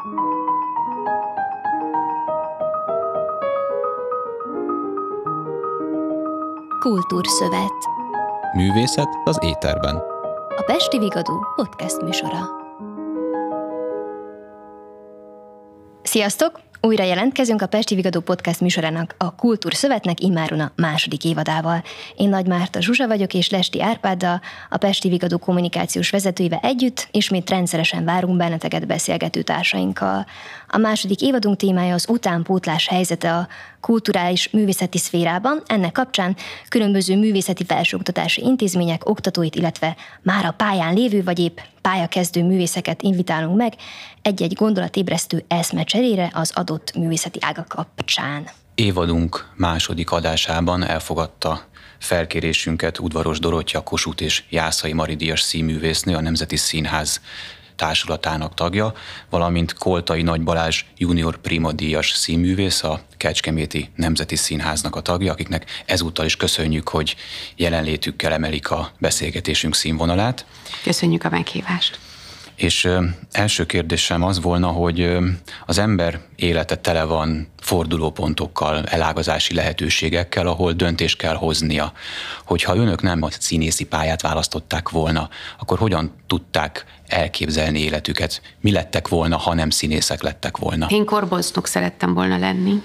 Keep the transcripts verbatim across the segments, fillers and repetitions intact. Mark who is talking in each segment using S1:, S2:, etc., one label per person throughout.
S1: Kultúrszövet.
S2: Művészet az éterben.
S1: A Pesti Vigadó podcast műsora. Sziasztok! Újra jelentkezünk a Pesti Vigadó podcast műsorának, a Kultúrszövetnek immáron a második évadával. Én Nagy Márta Zsuzsa vagyok, és Lesti Árpáddal, a Pesti Vigadó kommunikációs vezetőivel együtt ismét rendszeresen várunk benneteket beszélgető társainkkal. A második évadunk témája az utánpótlás helyzete a kulturális művészeti szférában. Ennek kapcsán különböző művészeti felsőoktatási intézmények oktatóit, illetve már a pályán lévő vagy épp pályakezdő művészeket invitálunk meg egy-egy gondolatébresztő eszmecserére az adott művészeti ágak kapcsán.
S2: Évadunk második adásában elfogadta felkérésünket Udvaros Dorottya Kossuth és Jászai Mari díjas színművésznő, a Nemzeti Színház társulatának tagja, valamint Koltai Nagy Balázs junior prima díjas színművész, a Kecskeméti Nemzeti Színháznak a tagja, akiknek ezúttal is köszönjük, hogy jelenlétükkel emelik a beszélgetésünk színvonalát.
S3: Köszönjük a meghívást.
S2: És ö, első kérdésem az volna, hogy ö, az ember élete tele van fordulópontokkal, elágazási lehetőségekkel, ahol döntést kell hoznia. Hogyha önök nem a színészi pályát választották volna, akkor hogyan tudták elképzelni életüket? Mi lettek volna, ha nem színészek lettek volna?
S3: Én korbonznok szerettem volna lenni.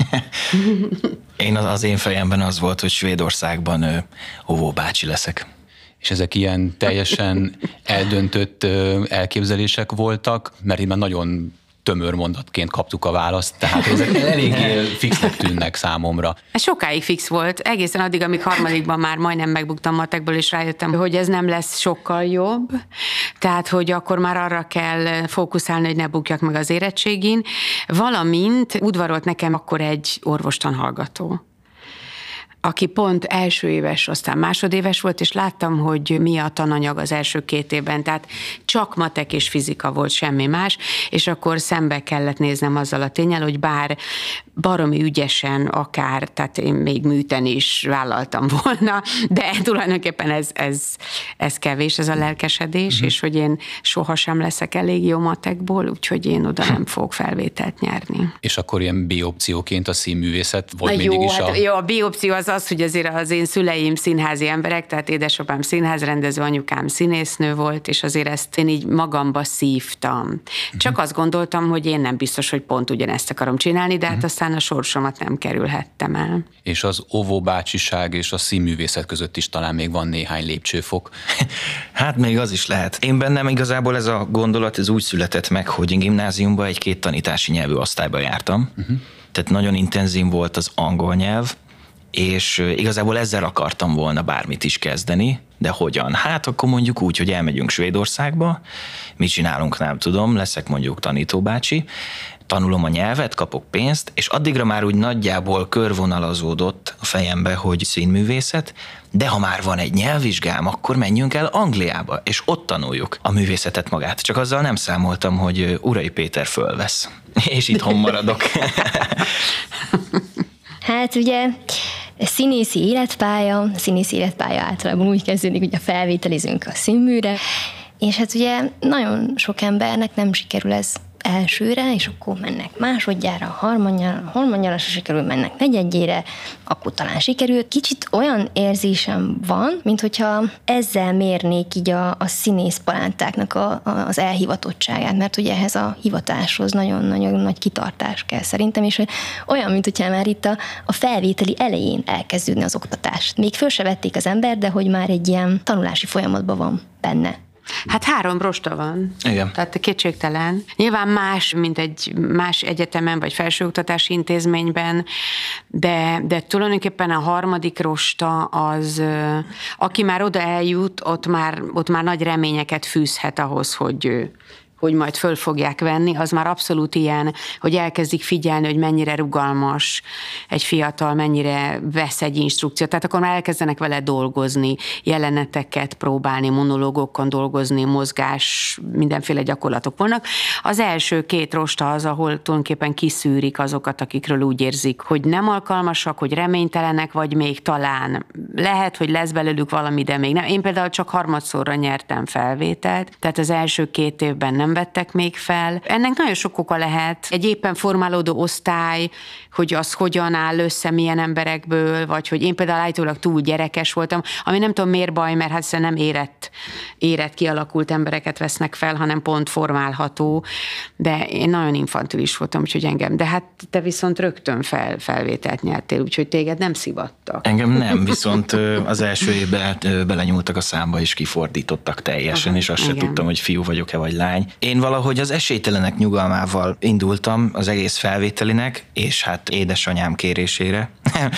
S4: Én az, az én fejemben az volt, hogy Svédországban ö, óvóbácsi leszek.
S2: És ezek ilyen teljesen eldöntött elképzelések voltak, mert itt már nagyon tömör mondatként kaptuk a választ, tehát ezek eléggé fixnek tűnnek számomra.
S3: Sokáig fix volt, egészen addig, amíg harmadikban már majdnem megbuktam matekból, és rájöttem, hogy ez nem lesz sokkal jobb, tehát, hogy akkor már arra kell fókuszálni, hogy ne bukjak meg az érettségin, valamint udvarolt nekem akkor egy orvostanhallgató, aki pont első éves, aztán másodéves volt, és láttam, hogy mi a tananyag az első két évben, tehát csak matek és fizika volt, semmi más, és akkor szembe kellett néznem azzal a ténnyel, hogy bár baromi ügyesen akár, tehát én még műten is vállaltam volna, de tulajdonképpen ez, ez, ez kevés, ez a lelkesedés, mm-hmm. és hogy én sohasem leszek elég jó matekból, úgyhogy én oda nem fogok felvételt nyerni.
S2: És akkor ilyen B-opcióként a színművészet volt
S3: Na
S2: mindig
S3: jó,
S2: is
S3: hát,
S2: a...
S3: Jó, a B-opció az az, hogy azért az én szüleim színházi emberek, tehát édesapám színházrendező, anyukám színésznő volt, és azért ezt én így magamba szívtam. Csak uh-huh. azt gondoltam, hogy én nem biztos, hogy pont ugyanezt akarom csinálni, de hát uh-huh. aztán a sorsomat nem kerülhettem el.
S2: És az óvóbácsiság és a színművészet között is talán még van néhány lépcsőfok.
S4: Hát még az is lehet. Én bennem igazából ez a gondolat, ez úgy született meg, hogy én gimnáziumban egy-két tanítási nyelvű osztályba jártam, uh-huh. tehát nagyon intenzív volt az angol nyelv, és igazából ezzel akartam volna bármit is kezdeni, de hogyan? Hát akkor mondjuk úgy, hogy elmegyünk Svédországba, mit csinálunk, nem tudom, leszek mondjuk tanítóbácsi, tanulom a nyelvet, kapok pénzt, és addigra már úgy nagyjából körvonalazódott a fejembe, hogy színművészet, de ha már van egy nyelvvizsgám, akkor menjünk el Angliába, és ott tanuljuk a művészetet magát. Csak azzal nem számoltam, hogy Urai Péter fölvesz, és itthon maradok.
S1: Hát ugye színészi életpálya, színészi életpálya általában úgy kezdődik, hogy a felvételizünk a színműre, és hát ugye nagyon sok embernek nem sikerül ez elsőre, és akkor mennek másodjára, harmadjára, harmadjára se sikerül, mennek negyedjére, akkor talán sikerül. Kicsit olyan érzésem van, mint hogyha ezzel mérnék így a, a színészpalántáknak a, a, az elhivatottságát, mert ugye ehhez a hivatáshoz nagyon-nagyon nagy kitartás kell szerintem, és olyan, mint hogyha már itt a, a felvételi elején elkezdődne az oktatás. Még föl se vették az ember, de hogy már egy ilyen tanulási folyamatban van benne.
S3: Hát három rosta van.
S4: Igen.
S3: Tehát kétségtelen. Nyilván más, mint egy más egyetemen, vagy felsőoktatási intézményben, de, de tulajdonképpen a harmadik rosta az, aki már oda eljut, ott már, ott már nagy reményeket fűzhet ahhoz, hogy hogy majd föl fogják venni, az már abszolút ilyen, hogy elkezdik figyelni, hogy mennyire rugalmas egy fiatal, mennyire vesz egy instrukciót. Tehát akkor már elkezdenek vele dolgozni, jeleneteket próbálni, monológokon dolgozni, mozgás, mindenféle gyakorlatok vannak. Az első két rosta az, ahol tulajdonképpen kiszűrik azokat, akikről úgy érzik, hogy nem alkalmasak, hogy reménytelenek, vagy még talán lehet, hogy lesz belőlük valami, de még nem. Én például csak harmadszorra nyertem felvételt, tehát az első két évben nem nem vettek még fel. Ennek nagyon sok oka lehet. Egy éppen formálódó osztály, hogy az hogyan áll össze, milyen emberekből, vagy hogy én például állítólag túl gyerekes voltam, ami nem tudom miért baj, mert hát nem érett, érett kialakult embereket vesznek fel, hanem pont formálható, de én nagyon infantilis voltam, úgyhogy engem, de hát te viszont rögtön fel, felvételt nyertél, úgyhogy téged nem szivattak.
S4: Engem nem, viszont az első évben belenyúltak a számba és kifordítottak teljesen, aha, és azt sem tudtam, hogy fiú vagyok-e vagy lány. Én valahogy az esélytelenek nyugalmával indultam az egész felvételinek, és hát édesanyám kérésére,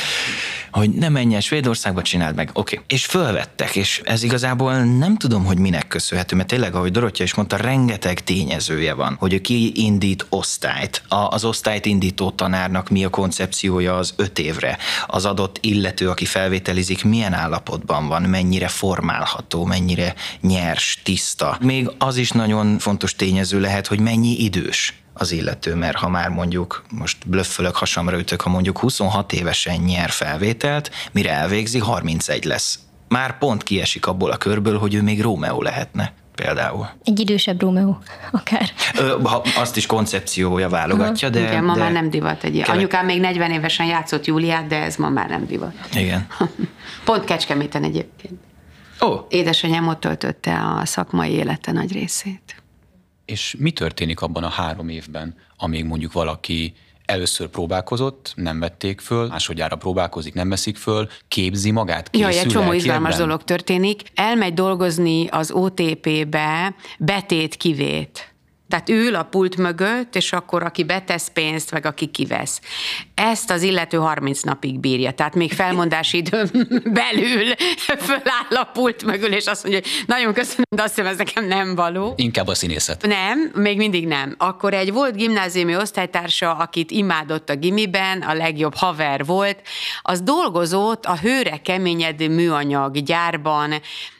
S4: hogy ne menj el Svédországba, csináld meg. Oké. Okay. És fölvettek, és ez igazából nem tudom, hogy minek köszönhető, mert tényleg, ahogy Dorottya is mondta, rengeteg tényezője van, hogy ő ki indít osztályt. A, az osztályt indító tanárnak mi a koncepciója az öt évre. Az adott illető, aki felvételizik, milyen állapotban van, mennyire formálható, mennyire nyers, tiszta. Még az is nagyon fontos tényező lehet, hogy mennyi idős az illető, mert ha már mondjuk, most blöffölök, hasamra ütök, ha mondjuk huszonhat évesen nyer felvételt, mire elvégzi, harmincegy lesz. Már pont kiesik abból a körből, hogy ő még Rómeó lehetne. Például.
S1: Egy idősebb Rómeó, akár.
S4: Ö, azt is koncepciója válogatja, de...
S3: Igen, ma
S4: de
S3: már nem divat egy ilyen.
S4: Kele...
S3: Anyukám még negyven évesen játszott Júliát, de ez ma már nem divat.
S4: Igen.
S3: Pont Kecskeméten egyébként.
S4: Ó. Oh.
S3: Édesanyám ott töltötte a szakmai élete nagy részét.
S2: És mi történik abban a három évben, amíg mondjuk valaki először próbálkozott, nem vették föl, másodjára próbálkozik, nem veszik föl, képzi magát, készül.
S3: Jaj, egy csomó izgalmas
S2: ebben?
S3: dolog történik. Elmegy dolgozni az o té pé-be betét-kivét. Tehát ül a pult mögött, és akkor aki betesz pénzt, meg aki kivesz. Ezt az illető harminc napig bírja, tehát még felmondási időn belül föláll a pult mögül, és azt mondja, hogy nagyon köszönöm, de azt hiszem, ez nekem nem való.
S2: Inkább a színészet.
S3: Nem, még mindig nem. Akkor egy volt gimnáziumi osztálytársa, akit imádott a gimiben, a legjobb haver volt, az dolgozott a hőre keményedő műanyag gyárban,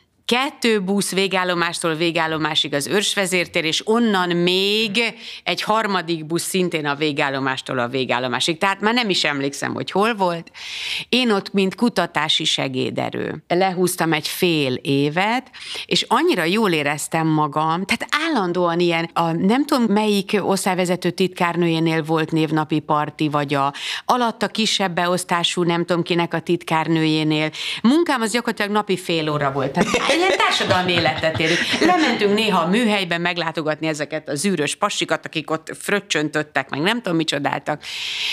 S3: kettő busz végállomástól végállomásig az Őrsvezértér, és onnan még egy harmadik busz szintén a végállomástól a végállomásig. Tehát már nem is emlékszem, hogy hol volt. Én ott, mint kutatási segéderő, lehúztam egy fél évet, és annyira jól éreztem magam, tehát állandóan ilyen, a, nem tudom, melyik osztályvezető titkárnőjénél volt névnapi parti, vagy a alatta kisebb beosztású, nem tudom kinek a titkárnőjénél. Munkám az gyakorlatilag napi fél óra volt. Tehát ilyen társadalmi életet élünk. Lementünk néha a műhelyben meglátogatni ezeket a zűrös pasikat, akik ott fröccsöntöttek, meg nem tudom, micsodáltak.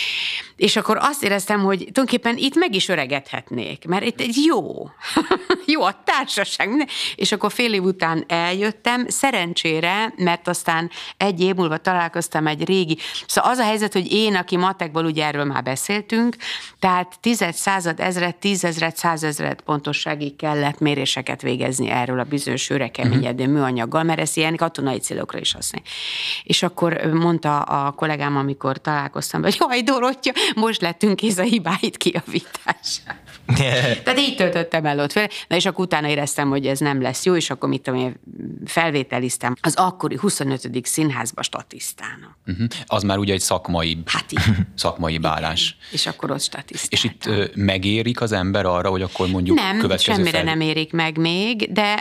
S3: És akkor azt éreztem, hogy tulajdonképpen itt meg is öregedhetnék, mert itt egy jó, jó a társaság. És akkor fél év után eljöttem, szerencsére, mert aztán egy év múlva találkoztam egy régi, szóval az a helyzet, hogy én, aki matekból, ugye erről már beszéltünk, tehát tized, század, ezred, tízezred, százezred pontosságig kellett méréseket végezni erről a bizonyos őre keményedő műanyaggal, mert ezt ilyen katonai célokra is használni. És akkor mondta a kollégám, amikor találkoztam, hogy jaj, Dorottya, most lettünk kész a hibáit kijavítására. Tehát így töltöttem el ott fel. Na és akkor utána éreztem, hogy ez nem lesz jó, és akkor mit tudom én, felvételiztem az akkori huszonötödik színházba statisztának.
S2: Uh-huh. Az már ugye egy szakmai,
S3: hát
S2: szakmai bálás.
S3: És akkor ott statisztáltam.
S2: És itt ö, megérik az ember arra, hogy akkor mondjuk
S3: nem,
S2: következő
S3: semmire
S2: fel...
S3: nem érik meg még, de,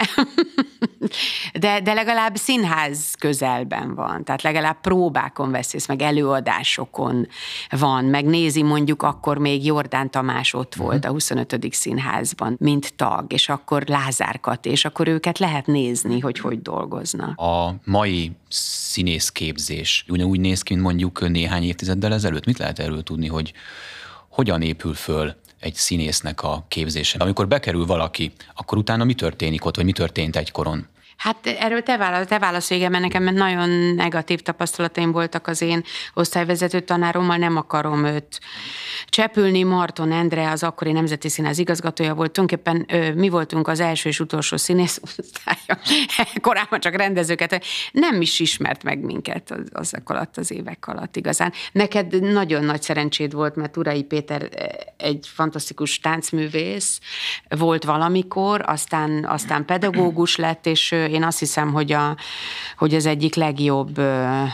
S3: de, de legalább színház közelben van. Tehát legalább próbákon vesz részt, meg előadásokon van, meg nézi mondjuk akkor még Jordán Tamás ott volt uh-huh. a huszonötödik színházban, mint tag, és akkor Lázár Kati, és akkor őket lehet nézni, hogy hogy dolgoznak.
S2: A mai színészképzés ugyanúgy néz ki, mint mondjuk néhány évtizeddel ezelőtt. Mit lehet erről tudni, hogy hogyan épül föl egy színésznek a képzése? Amikor bekerül valaki, akkor utána mi történik ott, vagy mi történt egykoron?
S3: Hát erről te válasz, te válasz végem, mert nekem nagyon negatív tapasztalataim voltak az én osztályvezető tanárommal, nem akarom őt csepülni. Marton Endre, az akkori Nemzeti Színház igazgatója volt, tulajdonképpen mi voltunk az első és utolsó színész osztálya. Korábban csak rendezőket, nem is ismert meg minket az, azok alatt, az évek alatt igazán. Neked nagyon nagy szerencséd volt, mert Urai Péter egy fantasztikus táncművész volt valamikor, aztán, aztán pedagógus lett, és én azt hiszem, hogy, a, hogy az egyik legjobb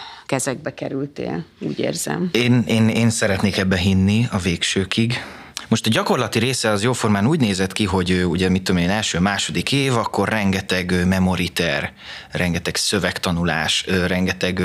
S3: kezekbe kerültél, úgy érzem.
S4: Én, én, én szeretnék ebbe hinni a végsőkig, Most a gyakorlati része az jóformán úgy nézett ki, hogy ugye mit tudom én, első, második év, akkor rengeteg memoriter, rengeteg szövegtanulás, rengeteg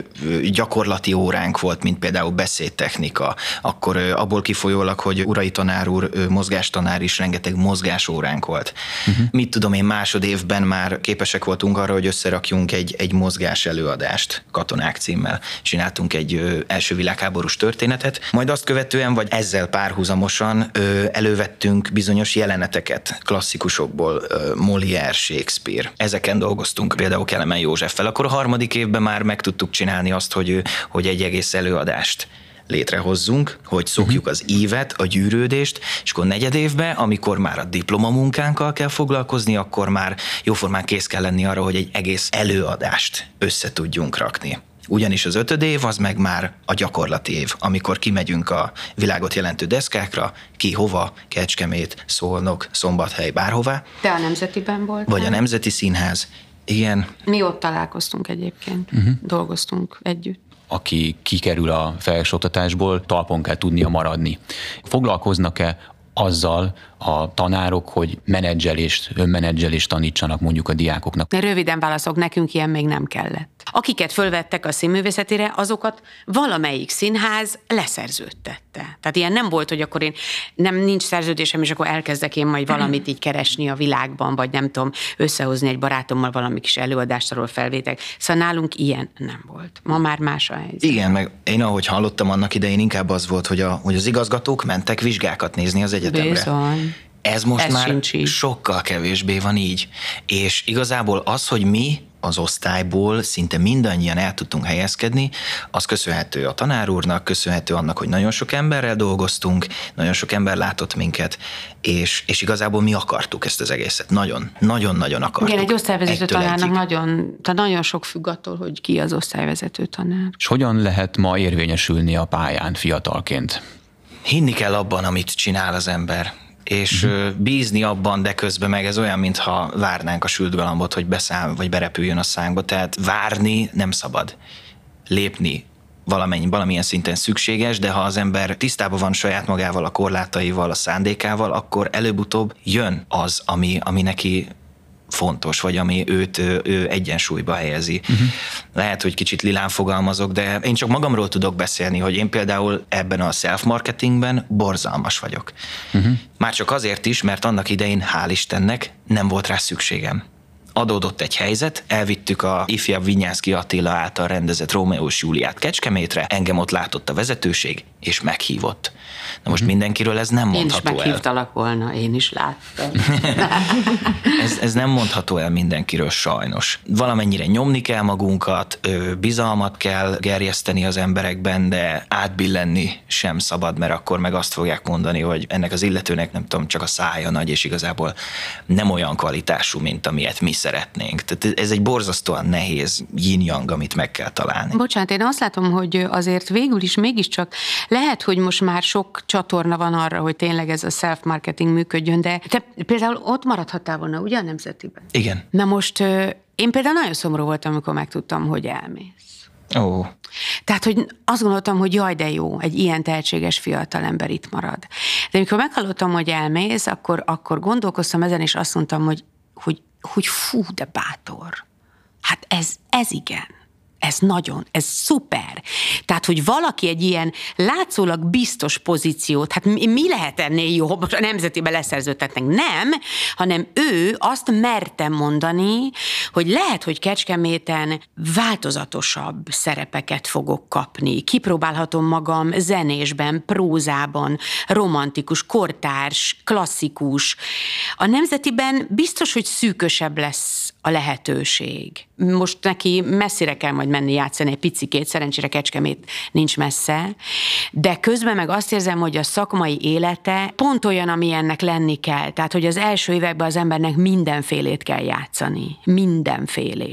S4: gyakorlati óránk volt, mint például beszédtechnika, akkor abból kifolyólag, hogy urai tanár úr, mozgástanár is, rengeteg mozgásóránk volt. Uh-huh. Mit tudom én, másodévben már képesek voltunk arra, hogy összerakjunk egy, egy mozgás előadást Katonák címmel. Csináltunk egy első világháborús történetet, majd azt követően, vagy ezzel párhuzamosan ö, elővettünk bizonyos jeleneteket klasszikusokból, ö, Molière, Shakespeare. Ezeken dolgoztunk például Kelemen Józseffel. Akkor a harmadik évben már meg tudtuk csinálni azt, hogy, hogy egy egész előadást létrehozzunk, hogy szokjuk az ívet, a gyűrődést, és akkor negyed évben, amikor már a diplomamunkánkkal kell foglalkozni, akkor már jóformán kész kell lenni arra, hogy egy egész előadást össze tudjunk rakni. Ugyanis az ötöd év az meg már a gyakorlati év, amikor kimegyünk a világot jelentő deszkákra, ki hova, Kecskemét, Szolnok, Szombathely, bárhová.
S3: Te a Nemzetiben voltál?
S4: Vagy a Nemzeti Színház, igen.
S3: Mi ott találkoztunk egyébként, uh-huh. dolgoztunk együtt.
S2: Aki kikerül a felsőoktatásból, talpon kell tudnia maradni. Foglalkoznak-e azzal a tanárok, hogy menedzselést, önmenedzselést tanítsanak mondjuk a diákoknak?
S3: Röviden válaszok, nekünk ilyen még nem kellett. Akiket fölvettek a színművészetére, azokat valamelyik színház leszerződtette. Tehát ilyen nem volt, hogy akkor én nem nincs szerződésem, és akkor elkezdek én majd valamit így keresni a világban, vagy nem tudom, összehozni egy barátommal valami kis előadást, arról felvétek. Szóval nálunk ilyen nem volt. Ma már más a helyzet.
S4: Igen, meg én ahogy hallottam annak idején, inkább az volt, hogy, a, hogy az igazgatók mentek vizsgákat nézni az egyetemre.
S3: Bizony.
S4: Ez most
S3: Ez
S4: már
S3: így.
S4: sokkal kevésbé van így. És igazából az, hogy mi az osztályból szinte mindannyian el tudtunk helyezkedni, az köszönhető a tanár úrnak, köszönhető annak, hogy nagyon sok emberrel dolgoztunk, nagyon sok ember látott minket, és, és igazából mi akartuk ezt az egészet. Nagyon, nagyon-nagyon akartuk.
S3: Igen, egy osztályvezető
S4: Egytől
S3: tanárnak
S4: egyig.
S3: nagyon, tehát nagyon sok függ attól, hogy ki az osztályvezető tanár.
S2: És hogyan lehet ma érvényesülni a pályán fiatalként?
S4: Hinni kell abban, amit csinál az ember, és uh-huh. bízni abban, de közben meg ez olyan, mintha várnánk a sült galambot, hogy beszáll, vagy berepüljön a szánkba. Tehát várni nem szabad. Lépni valamennyi, valamilyen szinten szükséges, de ha az ember tisztában van saját magával, a korlátaival, a szándékával, akkor előbb-utóbb jön az, ami, ami neki fontos, vagy ami őt ő, ő egyensúlyba helyezi. Uh-huh. Lehet, hogy kicsit lilán fogalmazok, de én csak magamról tudok beszélni, hogy én például ebben a self-marketingben borzalmas vagyok. Uh-huh. Már csak azért is, mert annak idején, hál' Istennek, nem volt rá szükségem. Adódott egy helyzet, elvittük a ifjabb Vinyánszky Attila által rendezett Rómeó és Júliát Kecskemétre, engem ott látott a vezetőség, és meghívott. Na most mindenkiről ez nem mondható el.
S3: Én is meghívtalak volna, én is láttam.
S4: ez, ez nem mondható el mindenkiről sajnos. Valamennyire nyomni kell magunkat, bizalmat kell gerjeszteni az emberekben, de átbillenni sem szabad, mert akkor meg azt fogják mondani, hogy ennek az illetőnek nem tudom, csak a szája nagy, és igazából nem olyan kvalitású, mint amilyet mi szeretnénk. Tehát ez egy borzasztóan nehéz yin-yang, amit meg kell találni.
S3: Bocsánat, én azt látom, hogy azért végül is mégiscsak lehet, hogy most már sok csatorna van arra, hogy tényleg ez a self-marketing működjön, de te például ott maradhattál volna, ugye a Nemzetiben?
S4: Igen.
S3: Na most én például nagyon szomorú voltam, amikor megtudtam, hogy elmész.
S4: Ó.
S3: Tehát, hogy azt gondoltam, hogy jaj, de jó, egy ilyen tehetséges fiatalember itt marad. De amikor meghallottam, hogy elmész, akkor, akkor gondolkoztam ezen, és azt mondtam, hogy, hogy, hogy fú, de bátor. Hát ez, ez igen. Ez nagyon, ez szuper. Tehát, hogy valaki egy ilyen látszólag biztos pozíciót, hát mi, mi lehet ennél jobb, a Nemzetibe leszerződtetnek? Nem, hanem ő azt merte mondani, hogy lehet, hogy Kecskeméten változatosabb szerepeket fogok kapni. Kipróbálhatom magam zenésben, prózában, romantikus, kortárs, klasszikus. A Nemzetiben biztos, hogy szűkösebb lesz a lehetőség. Most neki messzire kell majd menni játszani egy picikét, szerencsére Kecskemét nincs messze, de közben meg azt érzem, hogy a szakmai élete pont olyan, ami ennek lenni kell. Tehát, hogy az első években az embernek mindenfélét kell játszani. Mindenfélét.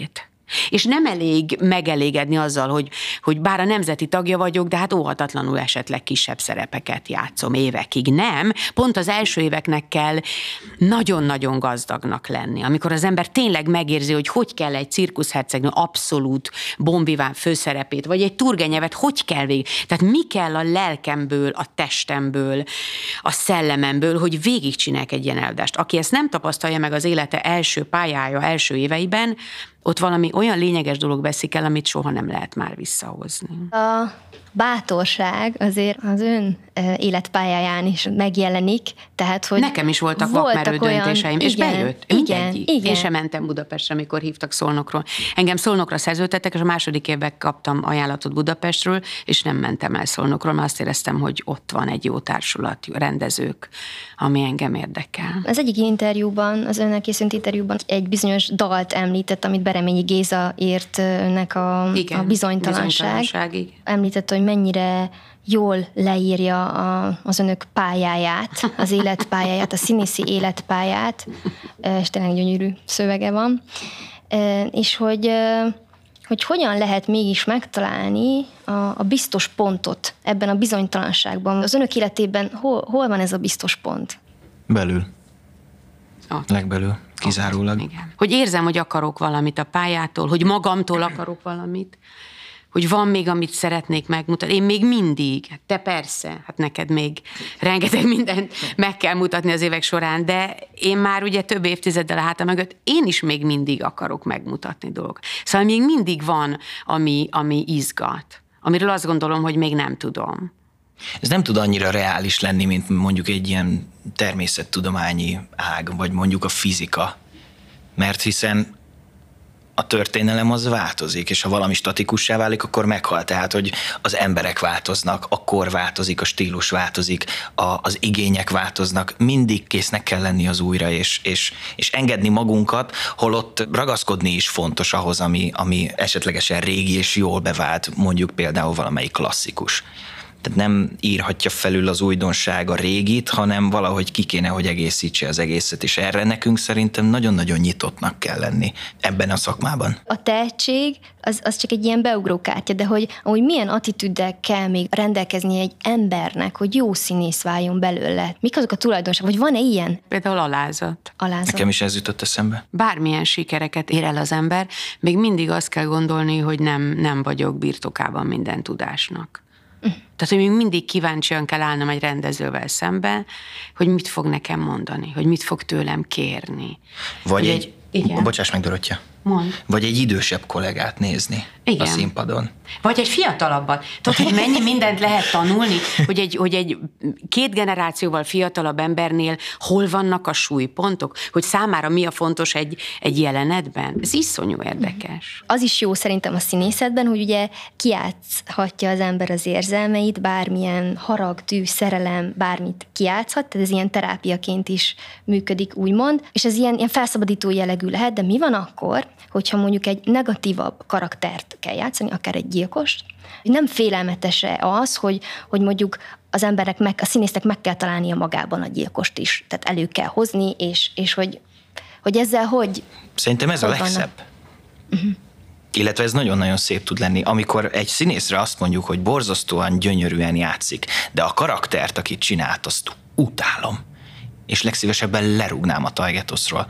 S3: És nem elég megelégedni azzal, hogy, hogy bár a nemzeti tagja vagyok, de hát óhatatlanul esetleg kisebb szerepeket játszom évekig. Nem, pont az első éveknek kell nagyon-nagyon gazdagnak lenni, amikor az ember tényleg megérzi, hogy hogy kell egy cirkuszhercegnő abszolút bombiván főszerepét, vagy egy Turgenevet hogy kell végig. Tehát mi kell a lelkemből, a testemből, a szellememből, hogy végigcsinálják egy ilyen előadást. Aki ezt nem tapasztalja meg az élete első pályája, első éveiben, ott valami olyan lényeges dolog veszik el, amit soha nem lehet már visszahozni.
S1: A bátorság azért az ön életpályáján is megjelenik, tehát hogy
S3: nekem is voltak vakmerő olyan döntéseim, és
S1: igen,
S3: bejött
S1: igen,
S3: mindegyik.
S1: igen.
S3: Én sem mentem Budapestre, amikor hívtak Szolnokról. Engem Szolnokra szerződtettek, és a második évben kaptam ajánlatot Budapestről, és nem mentem el Szolnokról, mert azt éreztem, hogy ott van egy jó társulat, rendezők, ami engem érdekel.
S1: Az egyik interjúban, az önnek készült interjúban egy bizonyos dalt említett, amit Bereményi Géza írt önnek a,
S3: igen,
S1: a bizonytalanság.
S3: bizonytalanság.
S1: Említett, hogy mennyire jól leírja a, az önök pályáját, az életpályáját, a színészi életpályát, és tényleg gyönyörű szövege van, és hogy, hogy hogyan lehet mégis megtalálni a, a biztos pontot ebben a bizonytalanságban. Az önök életében hol, hol van ez a biztos pont?
S4: Belül.
S3: Ott.
S4: Legbelül. Kizárólag.
S3: Igen. Hogy érzem, hogy akarok valamit a pályától, hogy magamtól akarok valamit, hogy van még, amit szeretnék megmutatni. Én még mindig, te persze, hát neked még rengeteg mindent meg kell mutatni az évek során, de én már ugye több évtizeddel a hátam mögött, én is még mindig akarok megmutatni dolgokat. Szóval még mindig van, ami, ami izgat, amiről azt gondolom, hogy még nem tudom.
S4: Ez nem tud annyira reális lenni, mint mondjuk egy ilyen természettudományi ág, vagy mondjuk a fizika. Mert hiszen a történelem az változik, és ha valami statikussá válik, akkor meghal. Tehát, hogy az emberek változnak, a kor változik, a stílus változik, a, az igények változnak, mindig késznek kell lenni az újra, és, és, és engedni magunkat, holott ragaszkodni is fontos ahhoz, ami, ami esetlegesen régi és jól bevált, mondjuk például valamelyik klasszikus. Tehát nem írhatja felül az újdonság a régit, hanem valahogy ki kéne, hogy egészítse az egészet, és erre nekünk szerintem nagyon-nagyon nyitottnak kell lenni ebben a szakmában.
S1: A tehetség az, az csak egy ilyen beugrókártya, de hogy, hogy milyen attitűddel kell még rendelkezni egy embernek, hogy jó színész váljon belőle. Mik azok a tulajdonságok, vagy van-e ilyen?
S3: Például alázat.
S1: Alázat.
S4: Nekem is ez jutott eszembe.
S3: Bármilyen sikereket ér el az ember, még mindig azt kell gondolni, hogy nem, nem vagyok birtokában minden tudásnak. Tehát, hogy még mindig kíváncsian kell állnom egy rendezővel szembe, hogy mit fog nekem mondani, hogy mit fog tőlem kérni.
S4: Vagy
S3: hogy
S4: egy,
S3: egy
S4: bocsáss meg, Dorottya.
S3: Mond.
S4: Vagy egy idősebb kollégát nézni
S3: igen.
S4: a színpadon.
S3: Vagy egy fiatalabbat. Tudod, hogy mennyi mindent lehet tanulni, hogy egy, hogy egy két generációval fiatalabb embernél hol vannak a súlypontok, hogy számára mi a fontos egy, egy jelenetben. Ez iszonyú érdekes.
S1: Az is jó szerintem a színészetben, hogy ugye kijátszhatja az ember az érzelmeit, bármilyen harag, tű, szerelem, bármit kijátszhat, tehát ez ilyen terápiaként is működik, úgymond, és ez ilyen, ilyen felszabadító jellegű lehet, de mi van akkor, hogyha mondjuk egy negatívabb karaktert kell játszani, akár egy gyilkost, nem félelmetes-e az, hogy, hogy mondjuk az emberek, meg, a színésznek meg kell találnia magában a gyilkost is, tehát elő kell hozni, és, és hogy, hogy ezzel hogy...
S4: Szerintem ez
S1: hogy
S4: a legszebb. Uh-huh. Illetve ez nagyon-nagyon szép tud lenni, amikor egy színészre azt mondjuk, hogy borzasztóan gyönyörűen játszik, de a karaktert, akit csinált, azt utálom, és legszívesebben lerúgnám a Tajgetoszról,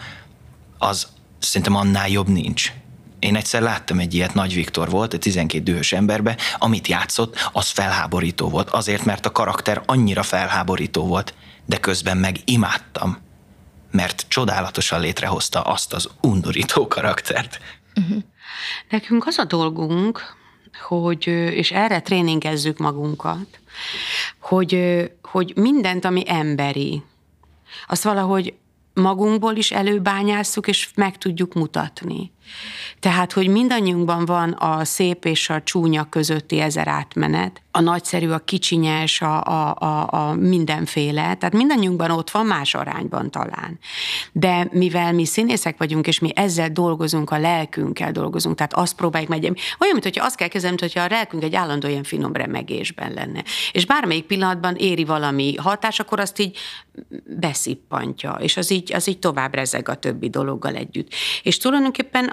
S4: az szerintem annál jobb nincs. Én egyszer láttam egy ilyet, Nagy Viktor volt, egy tizenkét dühös emberbe, amit játszott, az felháborító volt, azért, mert a karakter annyira felháborító volt, de közben meg imádtam, mert csodálatosan létrehozta azt az undorító karaktert.
S3: Uh-huh. Nekünk az a dolgunk, hogy, és erre tréningezzük magunkat, hogy, hogy mindent, ami emberi, azt valahogy magunkból is előbányásszuk, és meg tudjuk mutatni. Tehát, hogy mindannyiunkban van a szép és a csúnya közötti ezer átmenet, a nagyszerű, a kicsinyes, a, a, a, a mindenféle, tehát mindannyiunkban ott van, más arányban talán. De mivel mi színészek vagyunk, és mi ezzel dolgozunk, a lelkünkkel dolgozunk, tehát azt próbáljuk meg, olyan, mintha azt kell kezdeni, mintha a lelkünk egy állandó ilyen finom remegésben lenne. És bármelyik pillanatban éri valami hatás, akkor azt így beszippantja, és az így, az így tovább rezeg a többi dologgal együtt. És tulajdonképpen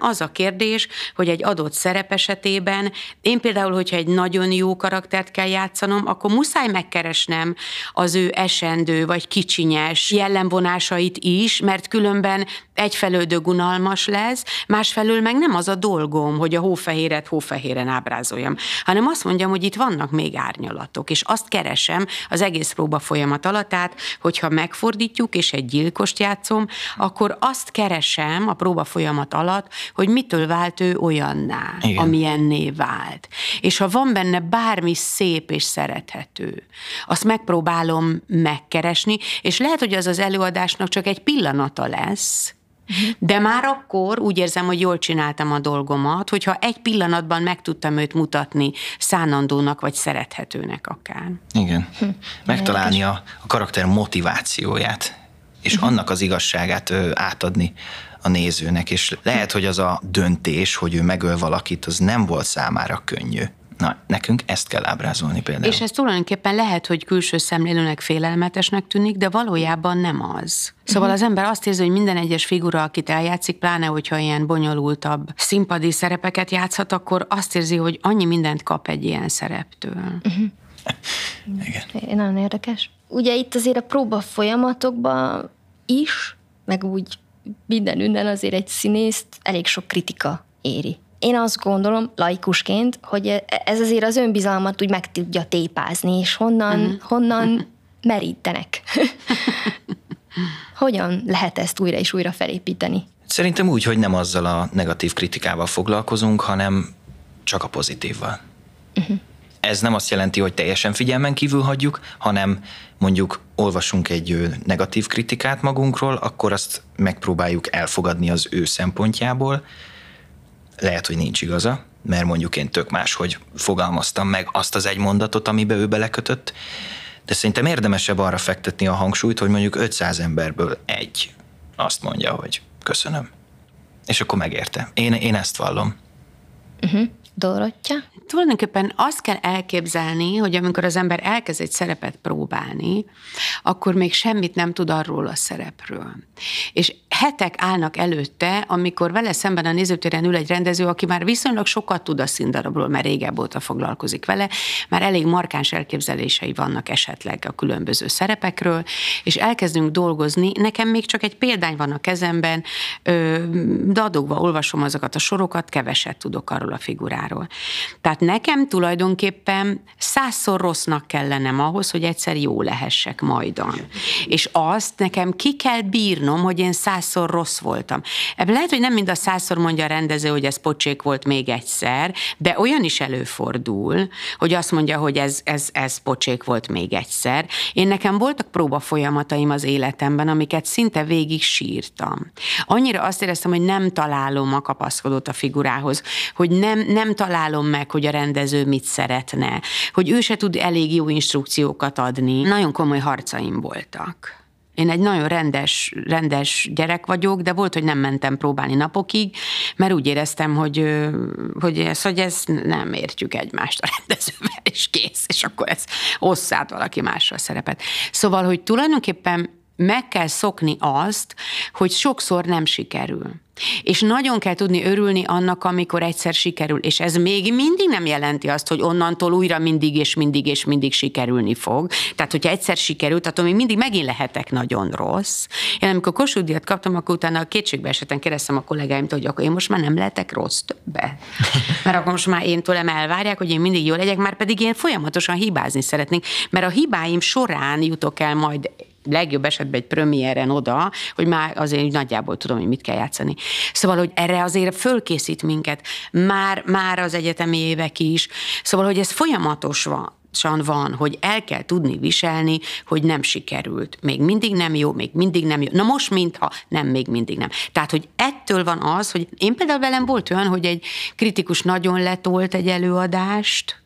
S3: az a kérdés, hogy egy adott szerep esetében, én például, hogyha egy nagyon jó karaktert kell játszanom, akkor muszáj megkeresnem az ő esendő vagy kicsinyes jellemvonásait is, mert különben egyfelől dögunalmas lesz, másfelől meg nem az a dolgom, hogy a hófehéret hófehéren ábrázoljam, hanem azt mondjam, hogy itt vannak még árnyalatok, és azt keresem az egész próba folyamat alatt, tehát, hogyha megfordítjuk, és egy gyilkost játszom, akkor azt keresem a próba folyamat alatt, hogy mitől vált ő olyanná, igen, amilyenné vált. És ha van benne bármi szép és szerethető, azt megpróbálom megkeresni, és lehet, hogy az az előadásnak csak egy pillanata lesz, de már akkor úgy érzem, hogy jól csináltam a dolgomat, hogyha egy pillanatban meg tudtam őt mutatni szánandónak, vagy szerethetőnek akár.
S4: Igen. Megtalálni a, a karakter motivációját, és uh-huh. annak az igazságát ö, átadni a nézőnek, és lehet, hogy az a döntés, hogy ő megöl valakit, az nem volt számára könnyű. Na, nekünk ezt kell ábrázolni például.
S3: És ez tulajdonképpen lehet, hogy külső szemlélőnek félelmetesnek tűnik, de valójában nem az. Szóval uh-huh. az ember azt érzi, hogy minden egyes figura, akit eljátszik, pláne, hogyha ilyen bonyolultabb színpadi szerepeket játszhat, akkor azt érzi, hogy annyi mindent kap egy ilyen szereptől. Uh-huh.
S1: Igen. Nagyon érdekes. Ugye itt azért a próba folyamatokban is, meg úgy mindenünnen azért egy színészt elég sok kritika éri. Én azt gondolom, laikusként, hogy ez azért az önbizalmat úgy meg tudja tépázni, és honnan, uh-huh. honnan merítenek. Hogyan lehet ezt újra és újra felépíteni?
S4: Szerintem úgy, hogy nem azzal a negatív kritikával foglalkozunk, hanem csak a pozitívval. Uh-huh. Ez nem azt jelenti, hogy teljesen figyelmen kívül hagyjuk, hanem mondjuk olvasunk egy negatív kritikát magunkról, akkor azt megpróbáljuk elfogadni az ő szempontjából. Lehet, hogy nincs igaza, mert mondjuk én tök máshogy fogalmaztam meg azt az egy mondatot, amibe ő belekötött, de szerintem érdemesebb arra fektetni a hangsúlyt, hogy mondjuk ötszáz emberből egy azt mondja, hogy köszönöm. És akkor megérte. Én, én ezt vallom.
S1: Uh-huh. Dorottya?
S3: Tulajdonképpen azt kell elképzelni, hogy amikor az ember elkezd egy szerepet próbálni, akkor még semmit nem tud arról a szerepről. És hetek állnak előtte, amikor vele szemben a nézőtéren ül egy rendező, aki már viszonylag sokat tud a színdarabról, mert régebb óta foglalkozik vele, már elég markáns elképzelései vannak esetleg a különböző szerepekről, és elkezdünk dolgozni. Nekem még csak egy példány van a kezemben, dadogva olvasom azokat a sorokat, keveset tudok arról a figuráról. Tehát nekem tulajdonképpen százszor rossznak kell lennem ahhoz, hogy egyszer jó lehessek majdan. És azt nekem ki kell bírnom, hogy én százszor rossz voltam. Ebben lehet, hogy nem mind a százszor mondja a rendező, hogy ez pocsék volt még egyszer, de olyan is előfordul, hogy azt mondja, hogy ez, ez, ez pocsék volt még egyszer. Én nekem voltak próbafolyamataim az életemben, amiket szinte végig sírtam. Annyira azt éreztem, hogy nem találom a kapaszkodót a figurához, hogy nem, nem találom meg, hogy a rendező mit szeretne, hogy ő se tud elég jó instrukciókat adni. Nagyon komoly harcaim voltak. Én egy nagyon rendes, rendes gyerek vagyok, de volt, hogy nem mentem próbálni napokig, mert úgy éreztem, hogy, hogy, ez, hogy ez nem értjük egymást a rendezővel, és kész, és akkor ez osszát valaki másra a szerepet. Szóval, hogy tulajdonképpen meg kell szokni azt, hogy sokszor nem sikerül. És nagyon kell tudni örülni annak, amikor egyszer sikerül, és ez még mindig nem jelenti azt, hogy onnantól újra mindig és mindig és mindig sikerülni fog. Tehát, hogyha egyszer sikerült, attól még mindig megint lehetek nagyon rossz. Én amikor Kossuth-díjat kaptam, akkor utána a kétségbe esetten kérdeztem a kollégáimtól, hogy akkor én most már nem lehetek rossz többet. Mert akkor most már én tőlem elvárják, hogy én mindig jó legyek, már pedig én folyamatosan hibázni szeretnék, mert a hibáim során jutok el majd legjobb esetben egy premiéren oda, hogy már azért nagyjából tudom, hogy mit kell játszani. Szóval, hogy erre azért fölkészít minket már, már az egyetemi évek is. Szóval, hogy ez folyamatos van. van, hogy el kell tudni viselni, hogy nem sikerült. Még mindig nem jó, még mindig nem jó. Na most mintha nem, még mindig nem. Tehát, hogy ettől van az, hogy én például velem volt olyan, hogy egy kritikus nagyon letolt egy előadást,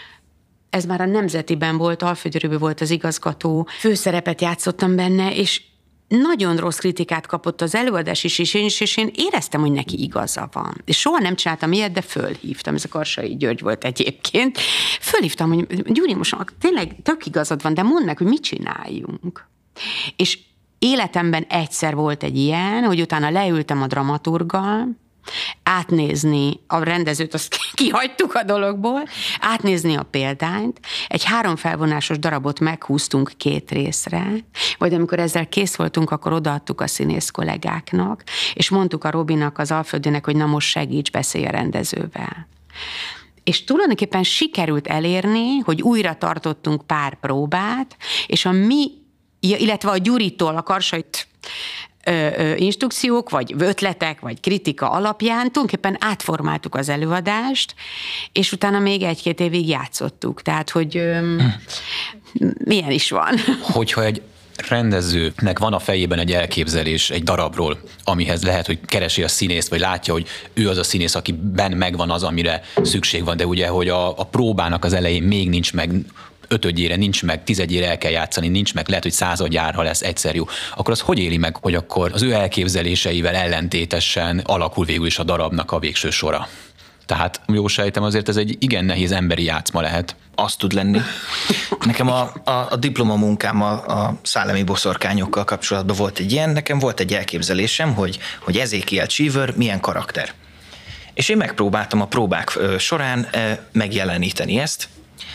S3: ez már a Nemzetiben volt, Alföldi Röbi volt az igazgató, főszerepet játszottam benne, és nagyon rossz kritikát kapott az előadás is, és én, is, és én éreztem, hogy neki igaza van. És soha nem csináltam ilyet, de fölhívtam, ez a Karsai György volt egyébként. Fölhívtam, hogy Gyuri, most tényleg tök igazad van, de mondd meg, hogy mit csináljunk. És életemben egyszer volt egy ilyen, hogy utána leültem a dramaturggal, átnézni a rendezőt, azt kihagytuk a dologból, átnézni a példányt, egy három felvonásos darabot meghúztunk két részre, vagy amikor ezzel kész voltunk, akkor odaadtuk a színész kollégáknak, és mondtuk a Robinak, az Alföldinek, hogy na most segíts, beszélj a rendezővel. És tulajdonképpen sikerült elérni, hogy újra tartottunk pár próbát, és a mi, illetve a Gyuritól a Karsait ö, ö, instrukciók, vagy ötletek, vagy kritika alapján tulajdonképpen átformáltuk az előadást, és utána még egy-két évig játszottuk. Tehát, hogy ö, hm. milyen is van.
S2: Hogyha egy rendezőnek van a fejében egy elképzelés egy darabról, amihez lehet, hogy keresi a színészt, vagy látja, hogy ő az a színész, akiben megvan az, amire szükség van, de ugye, hogy a, a próbának az elején még nincs meg, ötödjére nincs meg, tizedjére el kell játszani, nincs meg, lehet, hogy századjára lesz egyszer jó, akkor az hogy éli meg, hogy akkor az ő elképzeléseivel ellentétesen alakul végül is a darabnak a végső sora? Tehát jó sejtem, azért ez egy igen nehéz emberi játszma lehet.
S4: Azt tud lenni. Nekem a, a, a diplomamunkám a, a szellemi boszorkányokkal kapcsolatban volt egy ilyen, nekem volt egy elképzelésem, hogy, hogy Ezekiel Cheever milyen karakter. És én megpróbáltam a próbák során megjeleníteni ezt,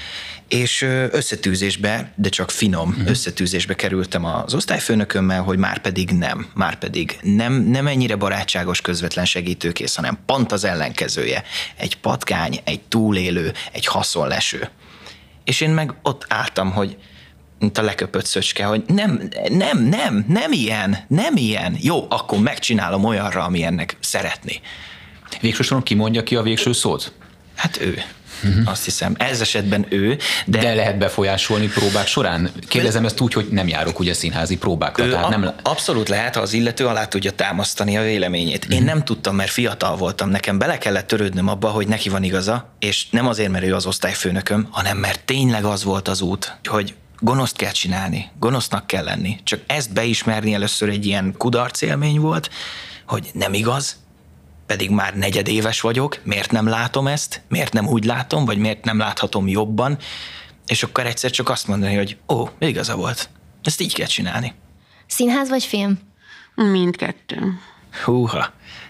S4: és összetűzésbe, de csak finom uh-huh. összetűzésbe kerültem az osztályfőnökömmel, hogy már pedig nem, már pedig nem, nem ennyire barátságos, közvetlen segítőkész, hanem pont az ellenkezője. Egy patkány, egy túlélő, egy haszonleső. És én meg ott álltam, hogy mint a leköpött szöcske, hogy nem, nem, nem, nem ilyen, nem ilyen. Jó, akkor megcsinálom olyanra, ami ennek szeretné.
S2: Végső soron ki mondja ki a végső szót?
S4: Hát ő. Uh-huh. Azt hiszem, ez esetben ő, de...
S2: De lehet befolyásolni próbák során? Kérdezem ezt úgy, hogy nem járok ugye színházi próbákra. Tehát
S4: a-
S2: nem...
S4: Abszolút lehet, ha az illető alá tudja támasztani a véleményét. Én uh-huh. nem tudtam, mert fiatal voltam, nekem bele kellett törődnöm abba, hogy neki van igaza, és nem azért, mert ő az osztályfőnököm, hanem mert tényleg az volt az út, hogy gonoszt kell csinálni, gonosznak kell lenni. Csak ezt beismerni először egy ilyen kudarc élmény volt, hogy nem igaz, pedig már negyedéves vagyok, miért nem látom ezt, miért nem úgy látom, vagy miért nem láthatom jobban, és akkor egyszer csak azt mondani, hogy ó, igaza volt, ezt így kell csinálni.
S1: Színház vagy film?
S3: Mindkettő.
S4: Húha,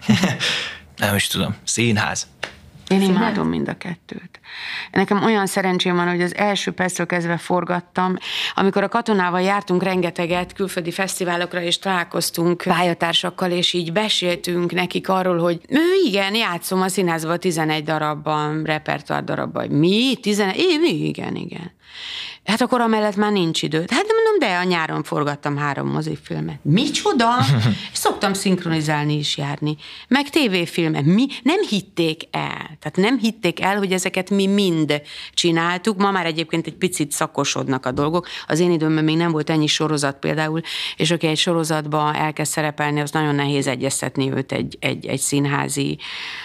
S4: nem is tudom, színház.
S3: Én imádom mind a kettőt. Nekem olyan szerencsém van, hogy az első percről kezdve forgattam. Amikor a Katonával jártunk rengeteget külföldi fesztiválokra, és találkoztunk pályatársakkal, és így beséltünk nekik arról, hogy igen, játszom a színházban tizenegy darabban, repertoár darabban. Mi? tizenegy? É, igen, igen. Hát akkor amellett már nincs időt. Hát nem mondom, de a nyáron forgattam három mozifilmet. Micsoda? Szoktam szinkronizálni is járni. Meg tévéfilmet. Mi? Nem hitték el. Tehát nem hitték el, hogy ezeket mi mind csináltuk. Ma már egyébként egy picit szakosodnak a dolgok. Az én időmben még nem volt ennyi sorozat például, és aki egy sorozatban elkezd szerepelni, az nagyon nehéz egyeztetni őt egy, egy, egy színházi